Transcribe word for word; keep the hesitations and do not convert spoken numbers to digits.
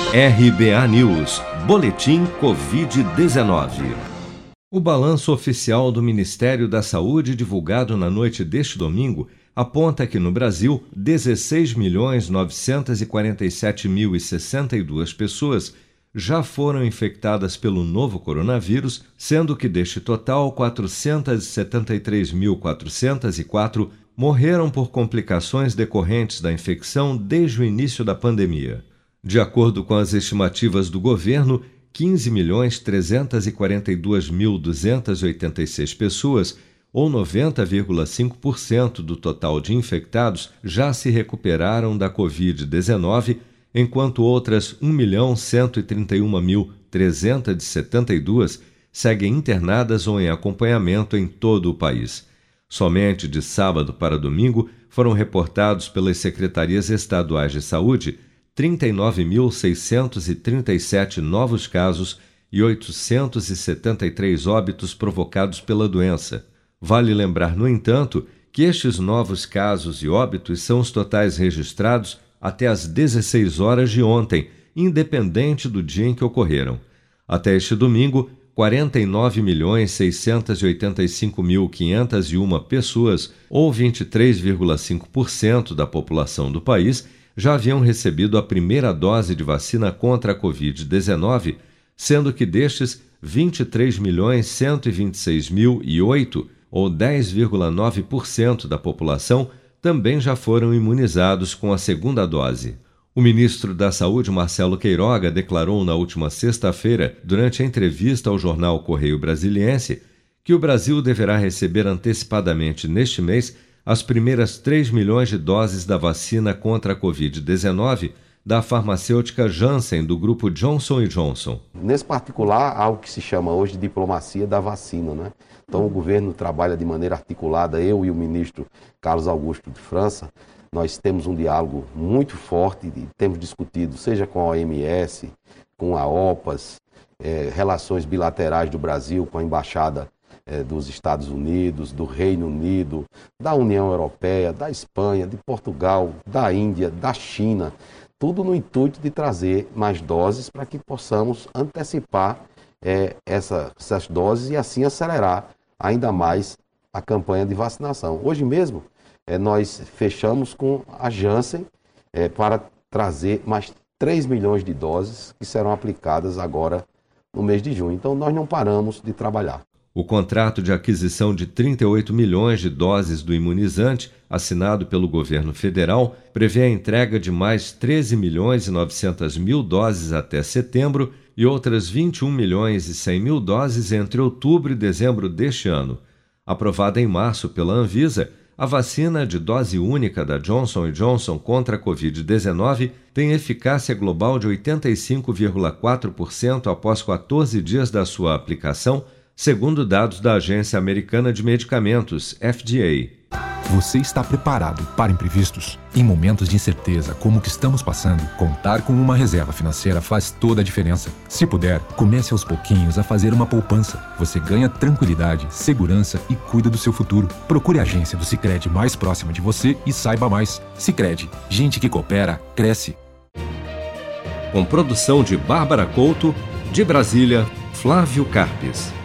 R B A News, Boletim covid dezenove. O balanço oficial do Ministério da Saúde, divulgado na noite deste domingo, aponta que no Brasil, dezesseis milhões novecentos e quarenta e sete mil e sessenta e duas pessoas já foram infectadas pelo novo coronavírus, sendo que deste total, quatrocentos e setenta e três mil quatrocentos e quatro morreram por complicações decorrentes da infecção desde o início da pandemia. De acordo com as estimativas do governo, quinze milhões trezentos e quarenta e dois mil duzentos e oitenta e seis pessoas, ou noventa vírgula cinco por cento do total de infectados, já se recuperaram da covid dezenove, enquanto outras um milhão cento e trinta e um mil trezentos e setenta e dois seguem internadas ou em acompanhamento em todo o país. Somente de sábado para domingo foram reportados pelas secretarias estaduais de saúde trinta e nove mil seiscentos e trinta e sete novos casos e oitocentos e setenta e três óbitos provocados pela doença. Vale lembrar, no entanto, que estes novos casos e óbitos são os totais registrados até às dezesseis horas de ontem, independente do dia em que ocorreram. Até este domingo, quarenta e nove milhões seiscentos e oitenta e cinco mil quinhentos e uma pessoas, ou vinte e três vírgula cinco por cento da população do país, já haviam recebido a primeira dose de vacina contra a covid dezenove, sendo que destes, vinte e três milhões cento e vinte e seis mil e oito, ou dez vírgula nove por cento da população, também já foram imunizados com a segunda dose. O ministro da Saúde, Marcelo Queiroga, declarou na última sexta-feira, durante a entrevista ao jornal Correio Brasiliense, que o Brasil deverá receber antecipadamente neste mês as primeiras três milhões de doses da vacina contra a covid dezenove da farmacêutica Janssen, do grupo Johnson e Johnson. Nesse particular, há o que se chama hoje de diplomacia da vacina, né? Então o governo trabalha de maneira articulada, eu e o ministro Carlos Augusto de França, nós temos um diálogo muito forte, e temos discutido, seja com a O M S, com a OPAS, eh, relações bilaterais do Brasil com a Embaixada eh, dos Estados Unidos, do Reino Unido, da União Europeia, da Espanha, de Portugal, da Índia, da China, tudo no intuito de trazer mais doses para que possamos antecipar eh, essa, essas doses e assim acelerar ainda mais a campanha de vacinação. Hoje mesmo, eh, nós fechamos com a Janssen eh, para trazer mais três milhões de doses que serão aplicadas agora no mês de junho. Então, nós não paramos de trabalhar. O contrato de aquisição de trinta e oito milhões de doses do imunizante, assinado pelo governo federal, prevê a entrega de mais treze milhões e novecentas mil doses até setembro e outras vinte e um milhões e cem mil doses entre outubro e dezembro deste ano. Aprovada em março pela Anvisa, a vacina de dose única da Johnson e Johnson contra a covid dezenove tem eficácia global de oitenta e cinco vírgula quatro por cento após quatorze dias da sua aplicação, segundo dados da Agência Americana de Medicamentos, F D A. Você está preparado para imprevistos? Em momentos de incerteza como o que estamos passando, contar com uma reserva financeira faz toda a diferença. Se puder, comece aos pouquinhos a fazer uma poupança. Você ganha tranquilidade, segurança e cuida do seu futuro. Procure a agência do Sicredi mais próxima de você e saiba mais. Sicredi, gente que coopera, cresce. Com produção de Bárbara Couto, de Brasília, Flávio Carpes.